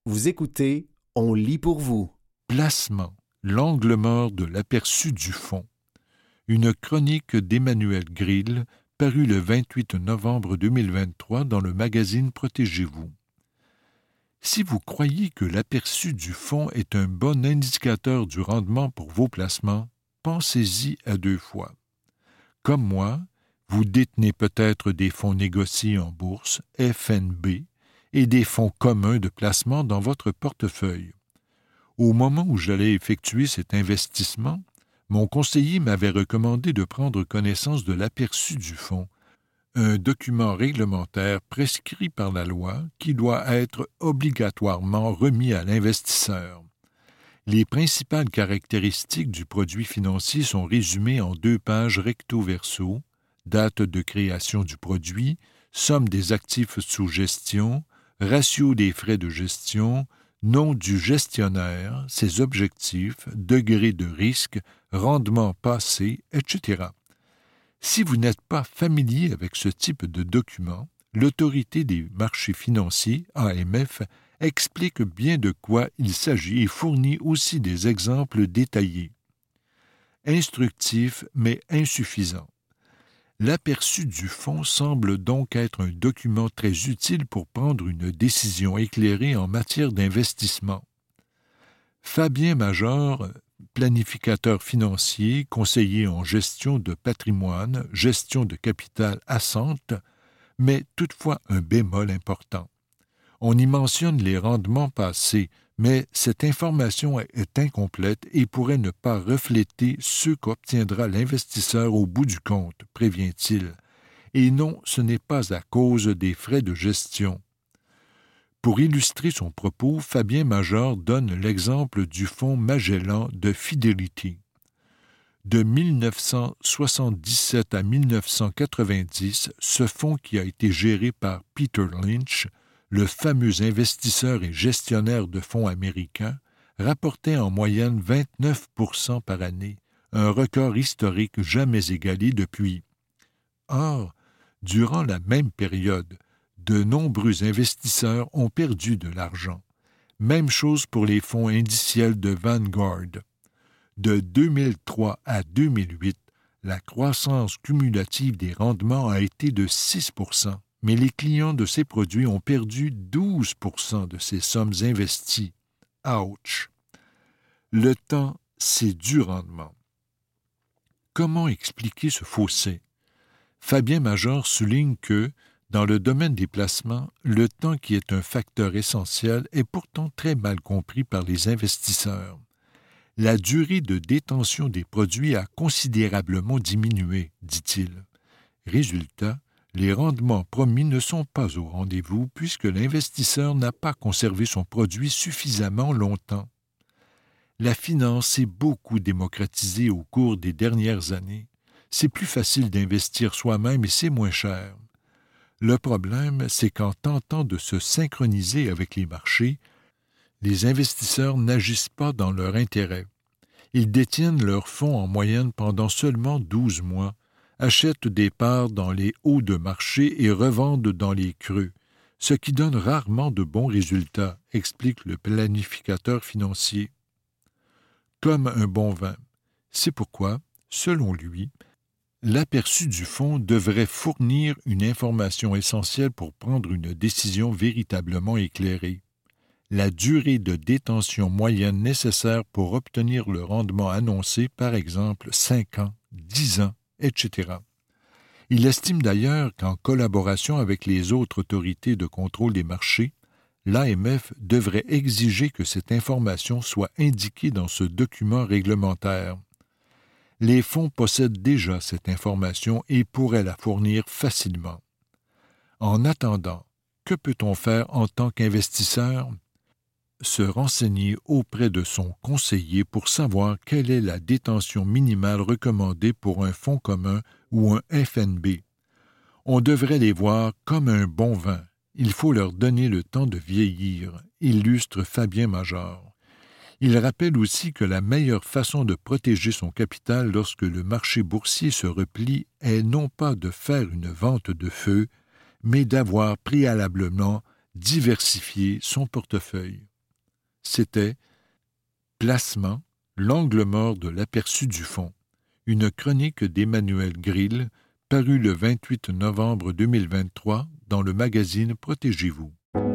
Vous écoutez, on lit pour vous. Placement, l'angle mort de l'aperçu du fond. Une chronique d'Emmanuel Grill, parue le 28 novembre 2023 dans le magazine Protégez-vous. Si vous croyez que l'aperçu du fond est un bon indicateur du rendement pour vos placements, pensez-y à deux fois. Comme moi, vous détenez peut-être des fonds négociés en bourse, FNB, et des fonds communs de placement dans votre portefeuille. Au moment où j'allais effectuer cet investissement, mon conseiller m'avait recommandé de prendre connaissance de l'aperçu du fonds, un document réglementaire prescrit par la loi qui doit être obligatoirement remis à l'investisseur. Les principales caractéristiques du produit financier sont résumées en 2 pages recto-verso, date de création du produit, somme des actifs sous gestion, ratio des frais de gestion, nom du gestionnaire, ses objectifs, degré de risque, rendement passé, etc. Si vous n'êtes pas familier avec ce type de document, l'Autorité des marchés financiers, AMF, explique bien de quoi il s'agit et fournit aussi des exemples détaillés. Instructif mais insuffisant. L'aperçu du fonds semble donc être un document très utile pour prendre une décision éclairée en matière d'investissement. Fabien Major, planificateur financier, conseiller en gestion de patrimoine, gestion de capital Assante, met toutefois un bémol important. On y mentionne les rendements passés, mais cette information est incomplète et pourrait ne pas refléter ceux qu'obtiendra l'investisseur au bout du compte, prévient-il. Et non, ce n'est pas à cause des frais de gestion. Pour illustrer son propos, Fabien Major donne l'exemple du fonds Magellan de Fidelity. De 1977 à 1990, ce fonds qui a été géré par Peter Lynch, le fameux investisseur et gestionnaire de fonds américain, rapportait en moyenne 29% par année, un record historique jamais égalé depuis. Or, durant la même période, de nombreux investisseurs ont perdu de l'argent. Même chose pour les fonds indiciels de Vanguard. De 2003 à 2008, la croissance cumulative des rendements a été de 6%, mais les clients de ces produits ont perdu 12% de ces sommes investies. Ouch! Le temps, c'est du rendement. Comment expliquer ce fossé? Fabien Major souligne que, dans le domaine des placements, le temps qui est un facteur essentiel est pourtant très mal compris par les investisseurs. La durée de détention des produits a considérablement diminué, dit-il. Résultat, les rendements promis ne sont pas au rendez-vous puisque l'investisseur n'a pas conservé son produit suffisamment longtemps. La finance s'est beaucoup démocratisée au cours des dernières années. C'est plus facile d'investir soi-même et c'est moins cher. Le problème, c'est qu'en tentant de se synchroniser avec les marchés, les investisseurs n'agissent pas dans leur intérêt. Ils détiennent leurs fonds en moyenne pendant seulement 12 mois, achètent des parts dans les hauts de marché et revendent dans les creux, ce qui donne rarement de bons résultats, explique le planificateur financier. Comme un bon vin. C'est pourquoi, selon lui, l'aperçu du fonds devrait fournir une information essentielle pour prendre une décision véritablement éclairée. La durée de détention moyenne nécessaire pour obtenir le rendement annoncé, par exemple 5 ans, 10 ans, etc. Il estime d'ailleurs qu'en collaboration avec les autres autorités de contrôle des marchés, l'AMF devrait exiger que cette information soit indiquée dans ce document réglementaire. Les fonds possèdent déjà cette information et pourraient la fournir facilement. En attendant, que peut-on faire en tant qu'investisseur? Se renseigner auprès de son conseiller pour savoir quelle est la détention minimale recommandée pour un fonds commun ou un FNB. On devrait les voir comme un bon vin. Il faut leur donner le temps de vieillir, illustre Fabien Major. Il rappelle aussi que la meilleure façon de protéger son capital lorsque le marché boursier se replie est non pas de faire une vente de feu, mais d'avoir préalablement diversifié son portefeuille. C'était « Placement, l'angle mort de l'aperçu du fond », une chronique d'Emmanuel Grill, parue le 28 novembre 2023 dans le magazine Protégez-vous.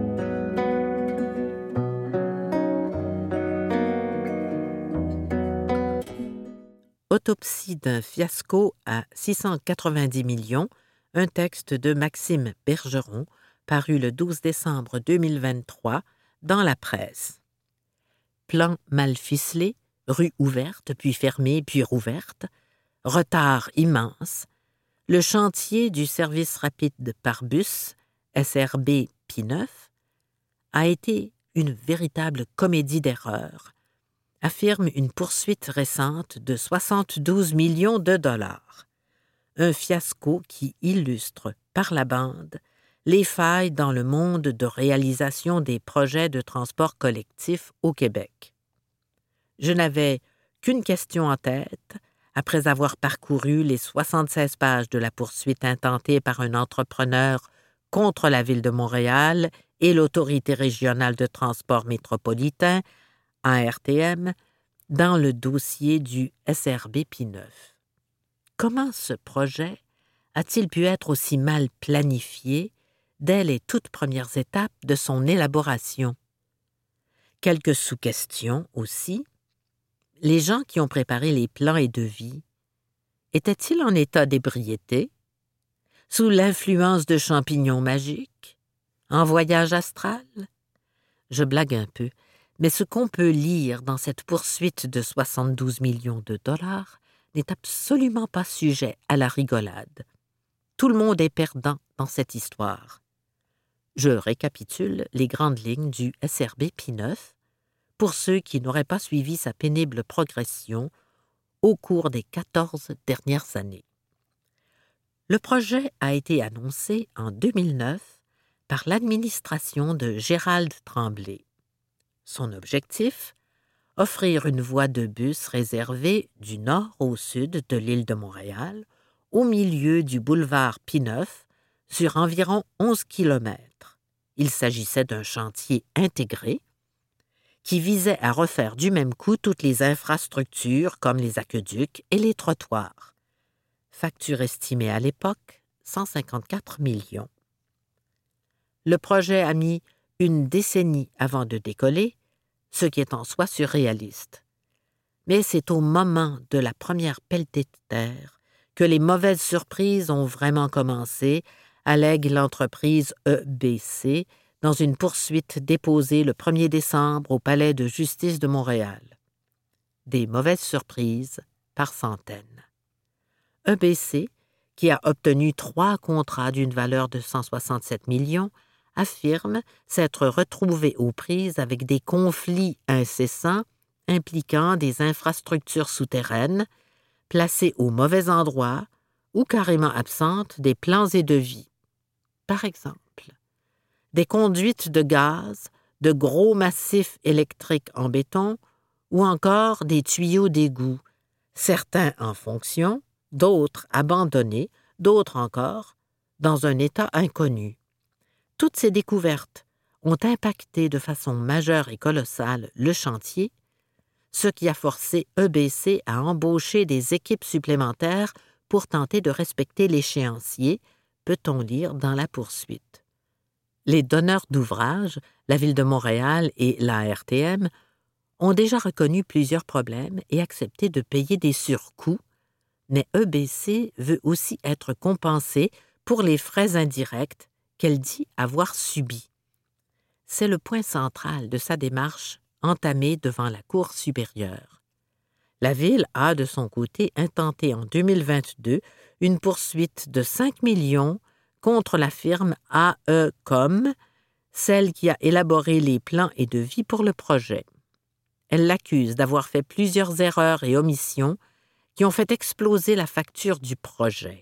Autopsie d'un fiasco à 690 millions, un texte de Maxime Bergeron, paru le 12 décembre 2023 dans la presse. Plan mal ficelé, rue ouverte, puis fermée, puis rouverte, retard immense, le chantier du service rapide par bus, SRB P9, a été une véritable comédie d'erreurs, affirme une poursuite récente de 72 millions de dollars. Un fiasco qui illustre, par la bande, les failles dans le monde de réalisation des projets de transport collectif au Québec. Je n'avais qu'une question en tête, après avoir parcouru les 76 pages de la poursuite intentée par un entrepreneur contre la Ville de Montréal et l'Autorité régionale de transport métropolitain, ARTM, dans le dossier du SRB P9. Comment ce projet a-t-il pu être aussi mal planifié dès les toutes premières étapes de son élaboration? Quelques sous-questions aussi. Les gens qui ont préparé les plans et devis étaient-ils en état d'ébriété, sous l'influence de champignons magiques, en voyage astral? Je blague un peu, mais ce qu'on peut lire dans cette poursuite de 72 millions de dollars n'est absolument pas sujet à la rigolade. Tout le monde est perdant dans cette histoire. Je récapitule les grandes lignes du SRB P9 pour ceux qui n'auraient pas suivi sa pénible progression au cours des 14 dernières années. Le projet a été annoncé en 2009 par l'administration de Gérald Tremblay. Son objectif, offrir une voie de bus réservée du nord au sud de l'île de Montréal, au milieu du boulevard P9, sur environ 11 kilomètres. Il s'agissait d'un chantier intégré qui visait à refaire du même coup toutes les infrastructures comme les aqueducs et les trottoirs. Facture estimée à l'époque, 154 millions. Le projet a mis une décennie avant de décoller, ce qui est en soi surréaliste. Mais c'est au moment de la première pelletée de terre que les mauvaises surprises ont vraiment commencé, allègue l'entreprise EBC dans une poursuite déposée le 1er décembre au Palais de justice de Montréal. Des mauvaises surprises par centaines. EBC, qui a obtenu 3 contrats d'une valeur de 167 millions, affirme s'être retrouvé aux prises avec des conflits incessants impliquant des infrastructures souterraines, placées au mauvais endroit ou carrément absentes des plans et devis. Par exemple, des conduites de gaz, de gros massifs électriques en béton ou encore des tuyaux d'égout, certains en fonction, d'autres abandonnés, d'autres encore dans un état inconnu. Toutes ces découvertes ont impacté de façon majeure et colossale le chantier, ce qui a forcé EBC à embaucher des équipes supplémentaires pour tenter de respecter l'échéancier, peut-on lire dans la poursuite. Les donneurs d'ouvrage, la Ville de Montréal et l'ARTM, ont déjà reconnu plusieurs problèmes et accepté de payer des surcoûts, mais EBC veut aussi être compensée pour les frais indirects qu'elle dit avoir subis. C'est le point central de sa démarche entamée devant la Cour supérieure. La Ville a, de son côté, intenté en 2022 une poursuite de 5 millions contre la firme AECOM, celle qui a élaboré les plans et devis pour le projet. Elle l'accuse d'avoir fait plusieurs erreurs et omissions qui ont fait exploser la facture du projet.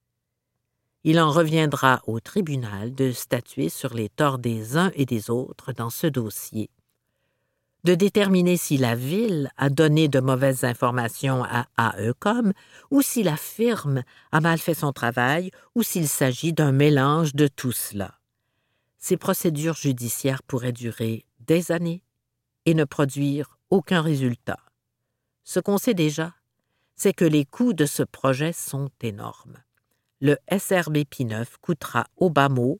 Il en reviendra au tribunal de statuer sur les torts des uns et des autres dans ce dossier, de déterminer si la Ville a donné de mauvaises informations à AECOM ou si la firme a mal fait son travail ou s'il s'agit d'un mélange de tout cela. Ces procédures judiciaires pourraient durer des années et ne produire aucun résultat. Ce qu'on sait déjà, c'est que les coûts de ce projet sont énormes. Le SRBP9 coûtera au bas mot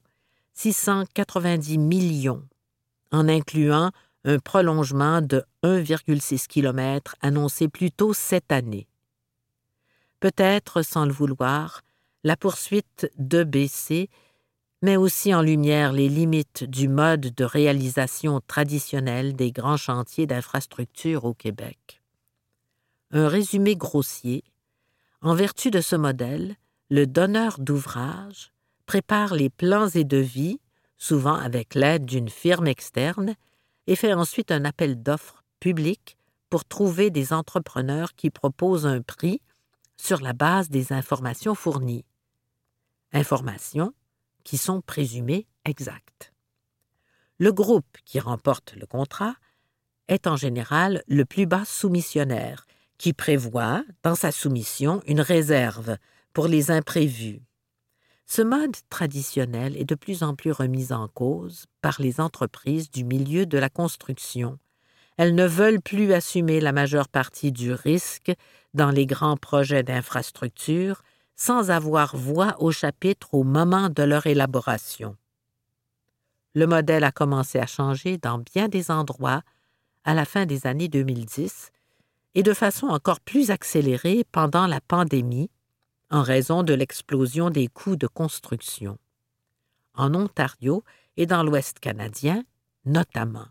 690 millions, en incluant un prolongement de 1,6 km annoncé plus tôt cette année. Peut-être, sans le vouloir, la poursuite d'EBC met aussi en lumière les limites du mode de réalisation traditionnel des grands chantiers d'infrastructure au Québec. Un résumé grossier. En vertu de ce modèle, le donneur d'ouvrage prépare les plans et devis, souvent avec l'aide d'une firme externe, et fait ensuite un appel d'offres public pour trouver des entrepreneurs qui proposent un prix sur la base des informations fournies. Informations qui sont présumées exactes. Le groupe qui remporte le contrat est en général le plus bas soumissionnaire, qui prévoit, dans sa soumission, une réserve pour les imprévus. Ce mode traditionnel est de plus en plus remis en cause par les entreprises du milieu de la construction. Elles ne veulent plus assumer la majeure partie du risque dans les grands projets d'infrastructure sans avoir voix au chapitre au moment de leur élaboration. Le modèle a commencé à changer dans bien des endroits à la fin des années 2010 et de façon encore plus accélérée pendant la pandémie en raison de l'explosion des coûts de construction. En Ontario et dans l'Ouest canadien, notamment.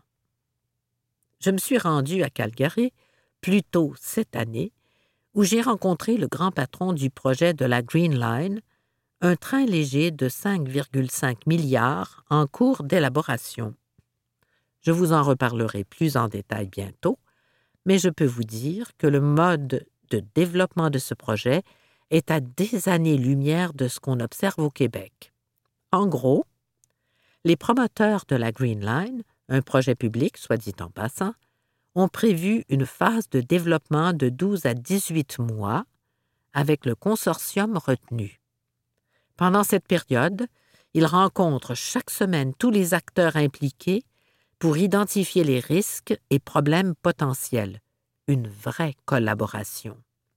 Je me suis rendue à Calgary plus tôt cette année où j'ai rencontré le grand patron du projet de la Green Line, un train léger de 5,5 milliards en cours d'élaboration. Je vous en reparlerai plus en détail bientôt, mais je peux vous dire que le mode de développement de ce projet est à des années-lumière de ce qu'on observe au Québec. En gros, les promoteurs de la Green Line, un projet public, soit dit en passant, ont prévu une phase de développement de 12 à 18 mois avec le consortium retenu. Pendant cette période, ils rencontrent chaque semaine tous les acteurs impliqués pour identifier les risques et problèmes potentiels. Une vraie collaboration.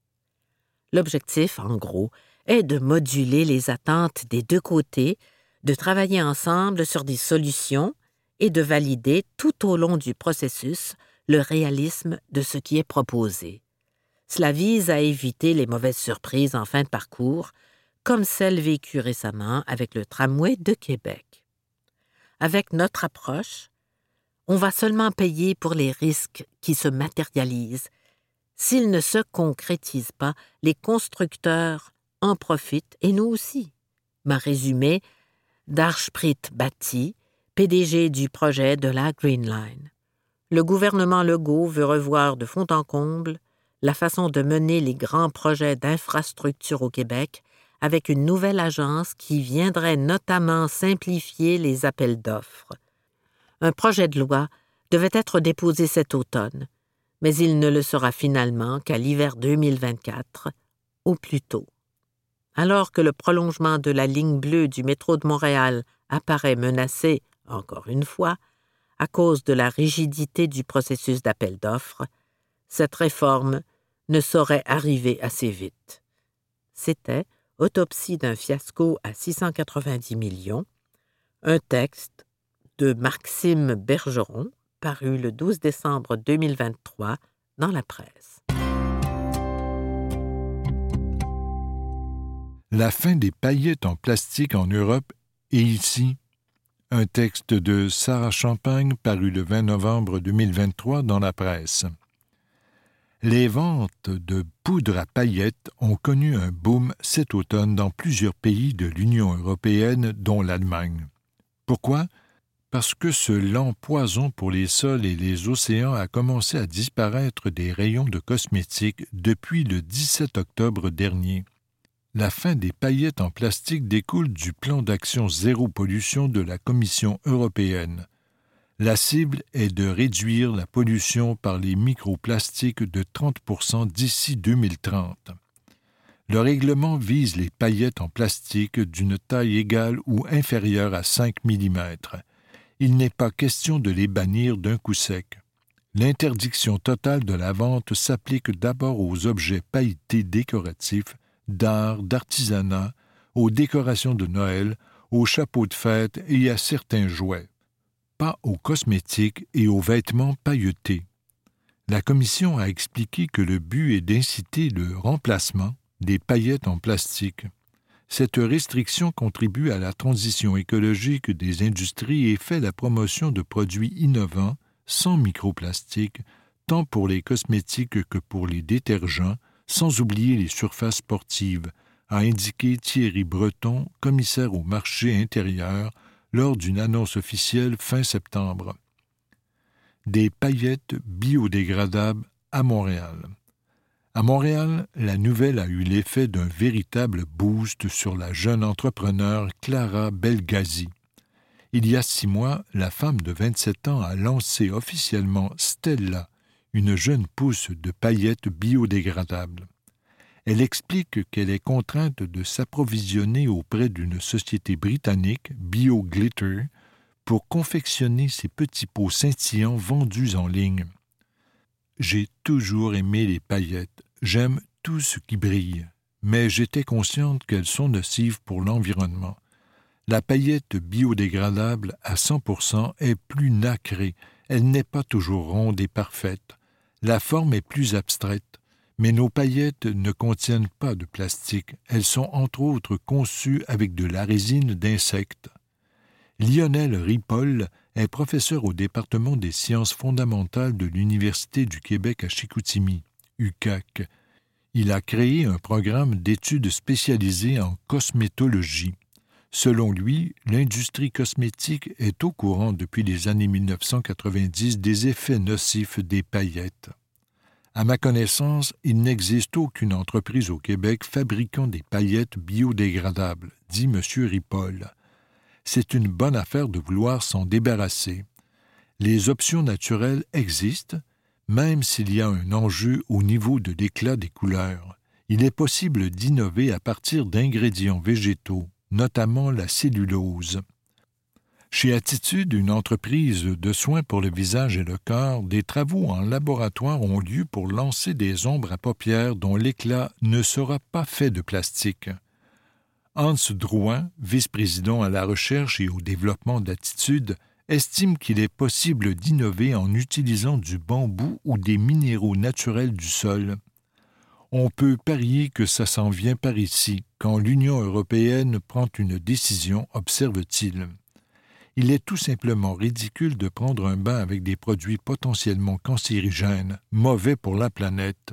L'objectif, en gros, est de moduler les attentes des deux côtés, de travailler ensemble sur des solutions et de valider tout au long du processus le réalisme de ce qui est proposé. Cela vise à éviter les mauvaises surprises en fin de parcours, comme celle vécue récemment avec le tramway de Québec. Avec notre approche, on va seulement payer pour les risques qui se matérialisent. S'ils ne se concrétisent pas, les constructeurs en profitent et nous aussi, m'a résumé Darshpreet Bhatti, PDG du projet de la Green Line. Le gouvernement Legault veut revoir de fond en comble la façon de mener les grands projets d'infrastructure au Québec avec une nouvelle agence qui viendrait notamment simplifier les appels d'offres. Un projet de loi devait être déposé cet automne, mais il ne le sera finalement qu'à l'hiver 2024, au plus tôt. Alors que le prolongement de la ligne bleue du métro de Montréal apparaît menacé, encore une fois, à cause de la rigidité du processus d'appel d'offres, cette réforme ne saurait arriver assez vite. C'était « Autopsie d'un fiasco à 690 millions », un texte de Maxime Bergeron, paru le 12 décembre 2023 dans la presse. La fin des paillettes en plastique en Europe est ici. Un texte de Sarah Champagne paru le 20 novembre 2023 dans la presse. Les ventes de poudre à paillettes ont connu un boom cet automne dans plusieurs pays de l'Union européenne, dont l'Allemagne. Pourquoi? Parce que ce lent poison pour les sols et les océans a commencé à disparaître des rayons de cosmétiques depuis le 17 octobre dernier. La fin des paillettes en plastique découle du plan d'action zéro pollution de la Commission européenne. La cible est de réduire la pollution par les microplastiques de 30% d'ici 2030. Le règlement vise les paillettes en plastique d'une taille égale ou inférieure à 5 mm. Il n'est pas question de les bannir d'un coup sec. L'interdiction totale de la vente s'applique d'abord aux objets pailletés décoratifs, d'art, d'artisanat, aux décorations de Noël, aux chapeaux de fête et à certains jouets. Pas aux cosmétiques et aux vêtements pailletés. La Commission a expliqué que le but est d'inciter le remplacement des paillettes en plastique. Cette restriction contribue à la transition écologique des industries et fait la promotion de produits innovants sans microplastique, tant pour les cosmétiques que pour les détergents, sans oublier les surfaces sportives, a indiqué Thierry Breton, commissaire au marché intérieur, lors d'une annonce officielle fin septembre. Des paillettes biodégradables à Montréal. À Montréal, la nouvelle a eu l'effet d'un véritable boost sur la jeune entrepreneure Clara Belghazi. Il y a 6 mois, la femme de 27 ans a lancé officiellement Stella, une jeune pousse de paillettes biodégradables. Elle explique qu'elle est contrainte de s'approvisionner auprès d'une société britannique, BioGlitter, pour confectionner ces petits pots scintillants vendus en ligne. « J'ai toujours aimé les paillettes. J'aime tout ce qui brille, mais j'étais consciente qu'elles sont nocives pour l'environnement. La paillette biodégradable à 100% est plus nacrée. Elle n'est pas toujours ronde et parfaite. La forme est plus abstraite. Mais nos paillettes ne contiennent pas de plastique. Elles sont entre autres conçues avec de la résine d'insectes. » Lionel Ripoll est professeur au département des sciences fondamentales de l'Université du Québec à Chicoutimi, UQAC. Il a créé un programme d'études spécialisées en cosmétologie. Selon lui, l'industrie cosmétique est au courant depuis les années 1990 des effets nocifs des paillettes. À ma connaissance, il n'existe aucune entreprise au Québec fabriquant des paillettes biodégradables, dit M. Ripoll. C'est une bonne affaire de vouloir s'en débarrasser. Les options naturelles existent, même s'il y a un enjeu au niveau de l'éclat des couleurs. Il est possible d'innover à partir d'ingrédients végétaux, notamment la cellulose. Chez Attitude, une entreprise de soins pour le visage et le corps, des travaux en laboratoire ont lieu pour lancer des ombres à paupières dont l'éclat ne sera pas fait de plastique. Hans Drouin, vice-président à la recherche et au développement d'Attitude, estime qu'il est possible d'innover en utilisant du bambou ou des minéraux naturels du sol. On peut parier que ça s'en vient par ici, quand l'Union européenne prend une décision, observe-t-il. Il est tout simplement ridicule de prendre un bain avec des produits potentiellement cancérigènes, mauvais pour la planète.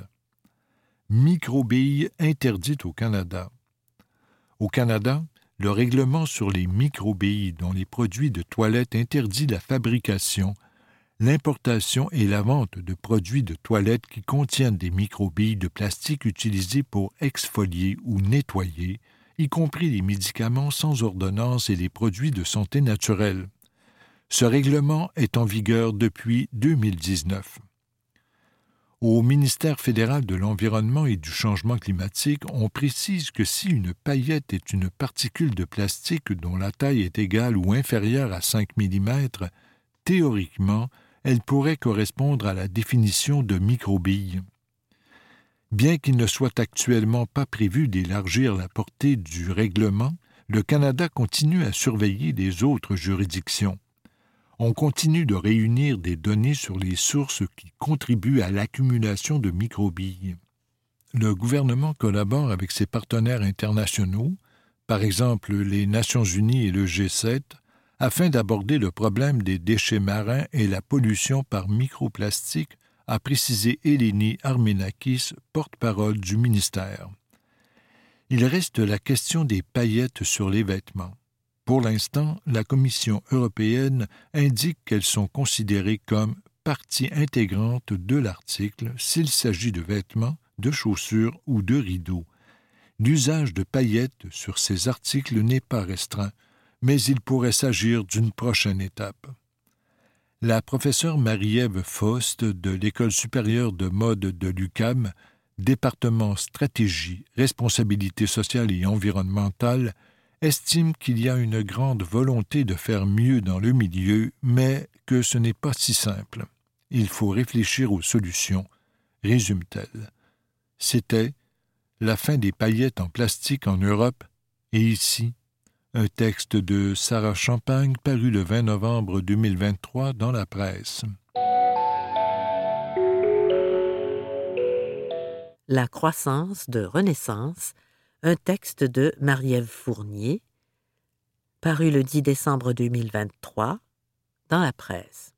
Microbilles interdites au Canada. Au Canada, le règlement sur les microbilles dont les produits de toilette interdit la fabrication, l'importation et la vente de produits de toilette qui contiennent des microbilles de plastique utilisées pour exfolier ou nettoyer, y compris les médicaments sans ordonnance et les produits de santé naturelle. Ce règlement est en vigueur depuis 2019. Au ministère fédéral de l'Environnement et du Changement climatique, on précise que si une paillette est une particule de plastique dont la taille est égale ou inférieure à 5 mm, théoriquement, elle pourrait correspondre à la définition de microbille. Bien qu'il ne soit actuellement pas prévu d'élargir la portée du règlement, le Canada continue à surveiller les autres juridictions. On continue de réunir des données sur les sources qui contribuent à l'accumulation de microbilles. Le gouvernement collabore avec ses partenaires internationaux, par exemple les Nations unies et le G7, afin d'aborder le problème des déchets marins et la pollution par microplastique, a précisé Eleni Armenakis, porte-parole du ministère. Il reste la question des paillettes sur les vêtements. Pour l'instant, la Commission européenne indique qu'elles sont considérées comme partie intégrante de l'article s'il s'agit de vêtements, de chaussures ou de rideaux. L'usage de paillettes sur ces articles n'est pas restreint, mais il pourrait s'agir d'une prochaine étape. La professeure Marie-Ève Faust de l'École supérieure de mode de l'UQAM, département stratégie, responsabilité sociale et environnementale, estime qu'il y a une grande volonté de faire mieux dans le milieu, mais que ce n'est pas si simple. il faut réfléchir aux solutions, résume-t-elle. C'était La fin des paillettes en plastique en Europe et ici, un texte de Sarah Champagne paru le 20 novembre 2023 dans la presse. La croissance de Renaissance, un texte de Marie-Ève Fournier, paru le 10 décembre 2023 dans la presse.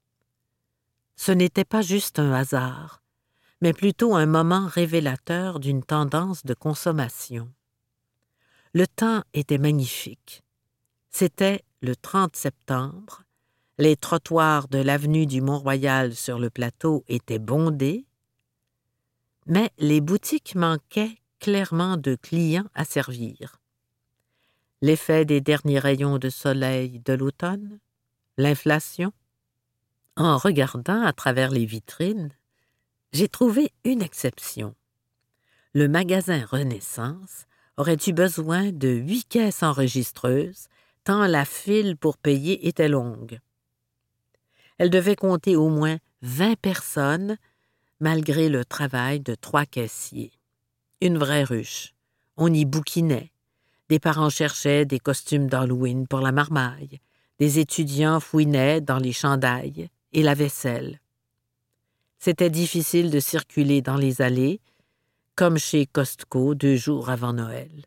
Ce n'était pas juste un hasard, mais plutôt un moment révélateur d'une tendance de consommation. Le temps était magnifique. C'était le 30 septembre, les trottoirs de l'avenue du Mont-Royal sur le plateau étaient bondés, mais les boutiques manquaient clairement de clients à servir. L'effet des derniers rayons de soleil de l'automne, l'inflation. En regardant à travers les vitrines, j'ai trouvé une exception. Le magasin Renaissance aurait eu besoin de 8 caisses enregistreuses, tant la file pour payer était longue. Elle devait compter au moins 20 personnes, malgré le travail de 3 caissiers. Une vraie ruche. On y bouquinait. Des parents cherchaient des costumes d'Halloween pour la marmaille. Des étudiants fouinaient dans les chandails et la vaisselle. C'était difficile de circuler dans les allées, comme chez Costco 2 jours avant Noël.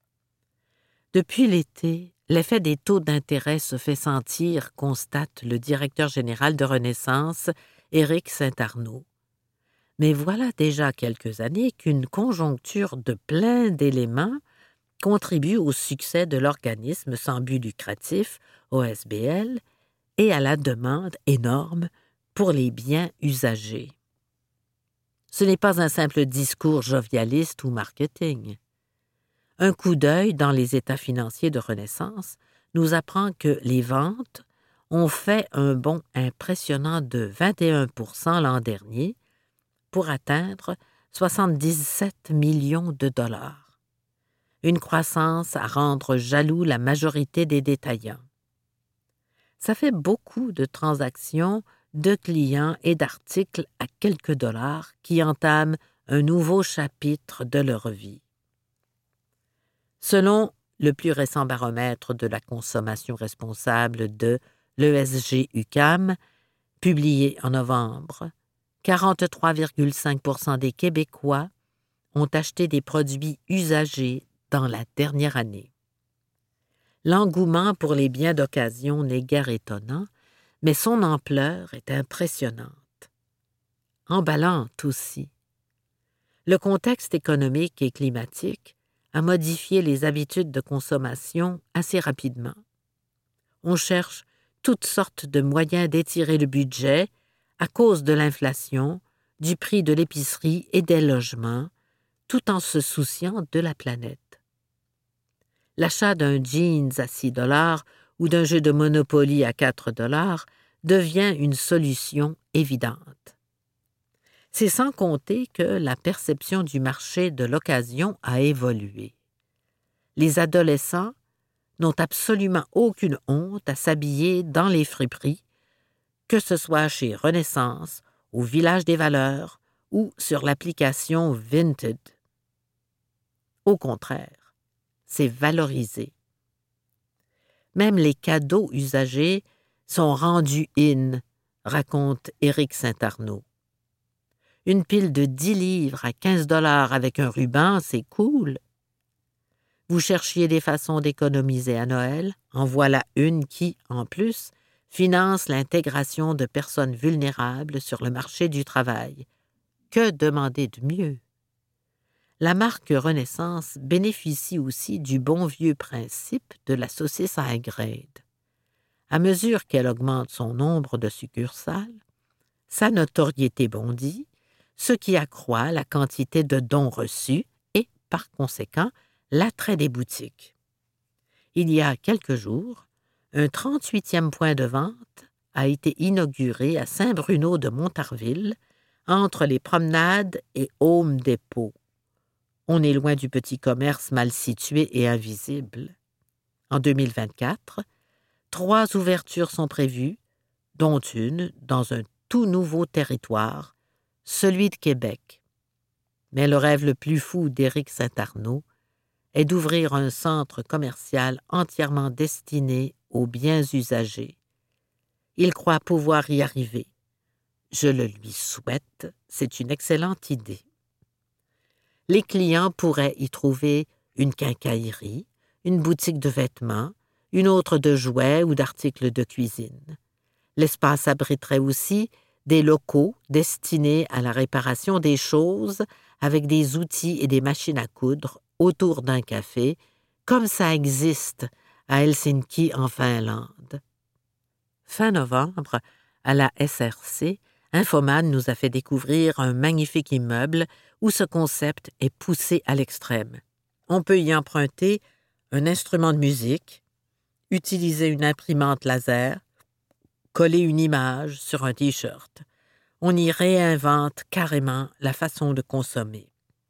Depuis l'été, l'effet des taux d'intérêt se fait sentir, constate le directeur général de Renaissance, Éric Saint-Arnaud. Mais voilà déjà quelques années qu'une conjoncture de plein d'éléments contribue au succès de l'organisme sans but lucratif, OSBL, et à la demande énorme pour les biens usagés. Ce n'est pas un simple discours jovialiste ou marketing. Un coup d'œil dans les états financiers de Renaissance nous apprend que les ventes ont fait un bond impressionnant de 21% l'an dernier pour atteindre 77 millions de dollars. Une croissance à rendre jaloux la majorité des détaillants. Ça fait beaucoup de transactions de clients et d'articles à quelques dollars qui entament un nouveau chapitre de leur vie. Selon le plus récent baromètre de la consommation responsable de l'ESG-UQAM, publié en novembre, 43,5% des Québécois ont acheté des produits usagés dans la dernière année. L'engouement pour les biens d'occasion n'est guère étonnant, mais son ampleur est impressionnante. Emballante aussi. Le contexte économique et climatique a modifié les habitudes de consommation assez rapidement. On cherche toutes sortes de moyens d'étirer le budget à cause de l'inflation, du prix de l'épicerie et des logements, tout en se souciant de la planète. L'achat d'un jeans à 6 $ ou d'un jeu de Monopoly à 4 $ devient une solution évidente. C'est sans compter que la perception du marché de l'occasion a évolué. Les adolescents n'ont absolument aucune honte à s'habiller dans les friperies, que ce soit chez Renaissance, au Village des Valeurs ou sur l'application Vinted. Au contraire, c'est valorisé. Même les cadeaux usagés sont rendus in, raconte Éric Saint-Arnaud. Une pile de 10 livres à 15 $ avec un ruban, c'est cool. Vous cherchiez des façons d'économiser à Noël, en voilà une qui, en plus, finance l'intégration de personnes vulnérables sur le marché du travail. Que demander de mieux? La marque Renaissance bénéficie aussi du bon vieux principe de la saucisse à grade. À mesure qu'elle augmente son nombre de succursales, sa notoriété bondit, ce qui accroît la quantité de dons reçus et, par conséquent, l'attrait des boutiques. Il y a quelques jours, un 38e point de vente a été inauguré à Saint-Bruno de Montarville, entre les promenades et Home Depot. On est loin du petit commerce mal situé et invisible. En 2024, 3 ouvertures sont prévues, dont une dans un tout nouveau territoire, celui de Québec. Mais le rêve le plus fou d'Éric Saint-Arnaud est d'ouvrir un centre commercial entièrement destiné aux biens usagés. Il croit pouvoir y arriver. Je le lui souhaite, c'est une excellente idée. Les clients pourraient y trouver une quincaillerie, une boutique de vêtements, une autre de jouets ou d'articles de cuisine. L'espace abriterait aussi des locaux destinés à la réparation des choses avec des outils et des machines à coudre autour d'un café, comme ça existe à Helsinki en Finlande. Fin novembre, à la SRC, Infoman nous a fait découvrir un magnifique immeuble où ce concept est poussé à l'extrême. On peut y emprunter un instrument de musique, utiliser une imprimante laser, coller une image sur un T-shirt. On y réinvente carrément la façon de consommer.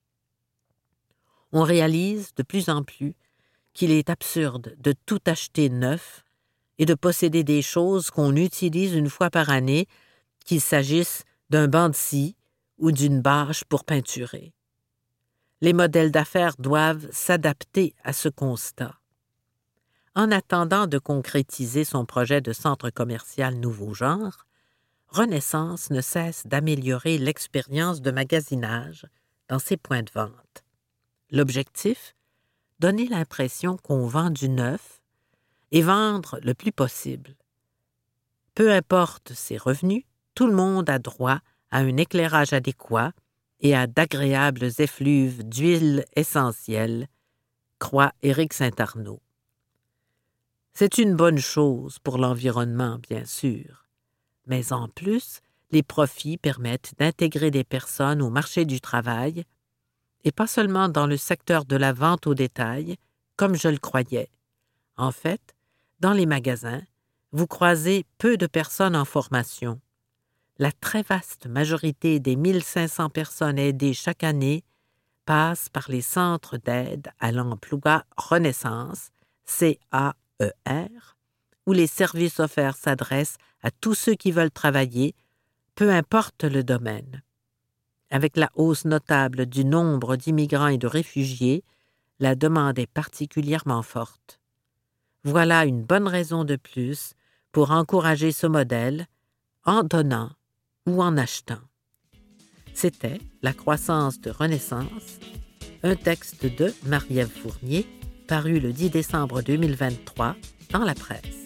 On réalise de plus en plus qu'il est absurde de tout acheter neuf et de posséder des choses qu'on utilise une fois par année, qu'il s'agisse d'un banc de scie ou d'une bâche pour peinturer. Les modèles d'affaires doivent s'adapter à ce constat. En attendant de concrétiser son projet de centre commercial nouveau genre, Renaissance ne cesse d'améliorer l'expérience de magasinage dans ses points de vente. L'objectif? Donner l'impression qu'on vend du neuf et vendre le plus possible. Peu importe ses revenus, tout le monde a droit à un éclairage adéquat et à d'agréables effluves d'huile essentielle, croit Éric Saint-Arnaud. C'est une bonne chose pour l'environnement, bien sûr, mais en plus, les profits permettent d'intégrer des personnes au marché du travail, et pas seulement dans le secteur de la vente au détail, comme je le croyais. En fait, dans les magasins, vous croisez peu de personnes en formation. La très vaste majorité des 1500 personnes aidées chaque année passent par les centres d'aide à l'emploi Renaissance, CAER, où les services offerts s'adressent à tous ceux qui veulent travailler, peu importe le domaine. Avec la hausse notable du nombre d'immigrants et de réfugiés, la demande est particulièrement forte. Voilà une bonne raison de plus pour encourager ce modèle en donnant ou en achetant. C'était La croissance de Renaissance, un texte de Marie-Ève Fournier, paru le 10 décembre 2023 dans la presse.